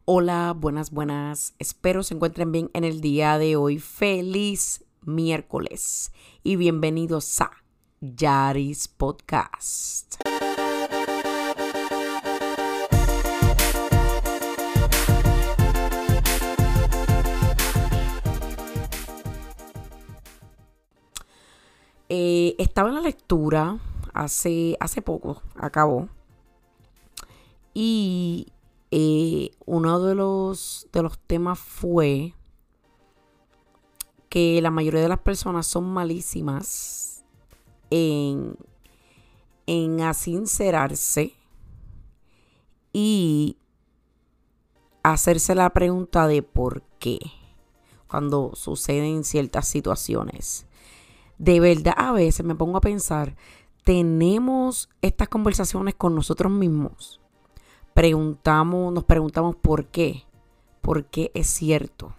Hola, buenas. Espero se encuentren bien en el día de hoy. Feliz miércoles y bienvenidos a Yaris Podcast. Estaba en la lectura hace poco, acabó, y uno de los temas fue que la mayoría de las personas son malísimas en, en asincerarse y hacerse la pregunta de por qué cuando suceden ciertas situaciones. De verdad, a veces me pongo a pensar, tenemos estas conversaciones con nosotros mismos. Nos preguntamos por qué es cierto.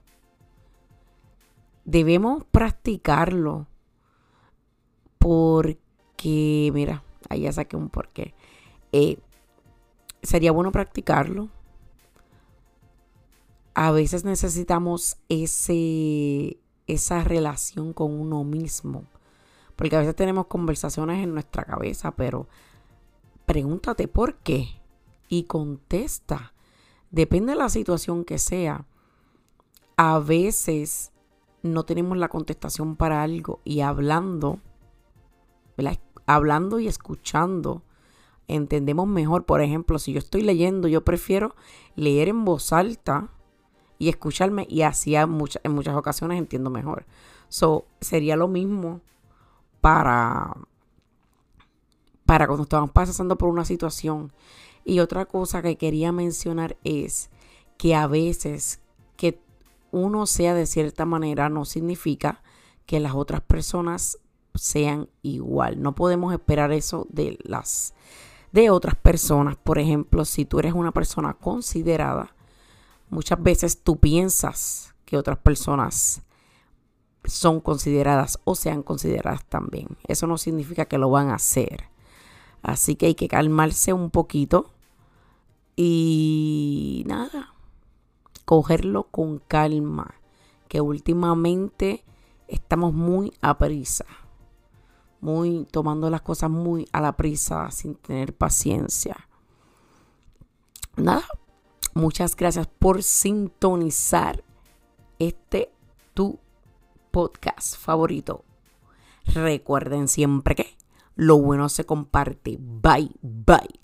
Debemos practicarlo porque, mira, ahí ya saqué un porqué. Sería bueno practicarlo. A veces necesitamos esa relación con uno mismo. Porque a veces tenemos conversaciones en nuestra cabeza, pero pregúntate por qué y contesta. Depende de la situación que sea. A veces no tenemos la contestación para algo y hablando, ¿verdad? Hablando y escuchando, entendemos mejor. Por ejemplo, si yo estoy leyendo, yo prefiero leer en voz alta y escucharme, y así en muchas ocasiones entiendo mejor. Sería lo mismo para cuando estamos pasando por una situación. Y otra cosa que quería mencionar es que a veces que uno sea de cierta manera no significa que las otras personas sean igual. No podemos esperar eso de otras personas. Por ejemplo, si tú eres una persona considerada, muchas veces tú piensas que otras personas son consideradas o sean consideradas también. Eso no significa que lo van a hacer. Así que hay que calmarse un poquito y nada, cogerlo con calma, que últimamente estamos muy a prisa, muy tomando las cosas muy a la prisa, sin tener paciencia. Nada, muchas gracias por sintonizar tu podcast favorito. Recuerden siempre que lo bueno se comparte. Bye.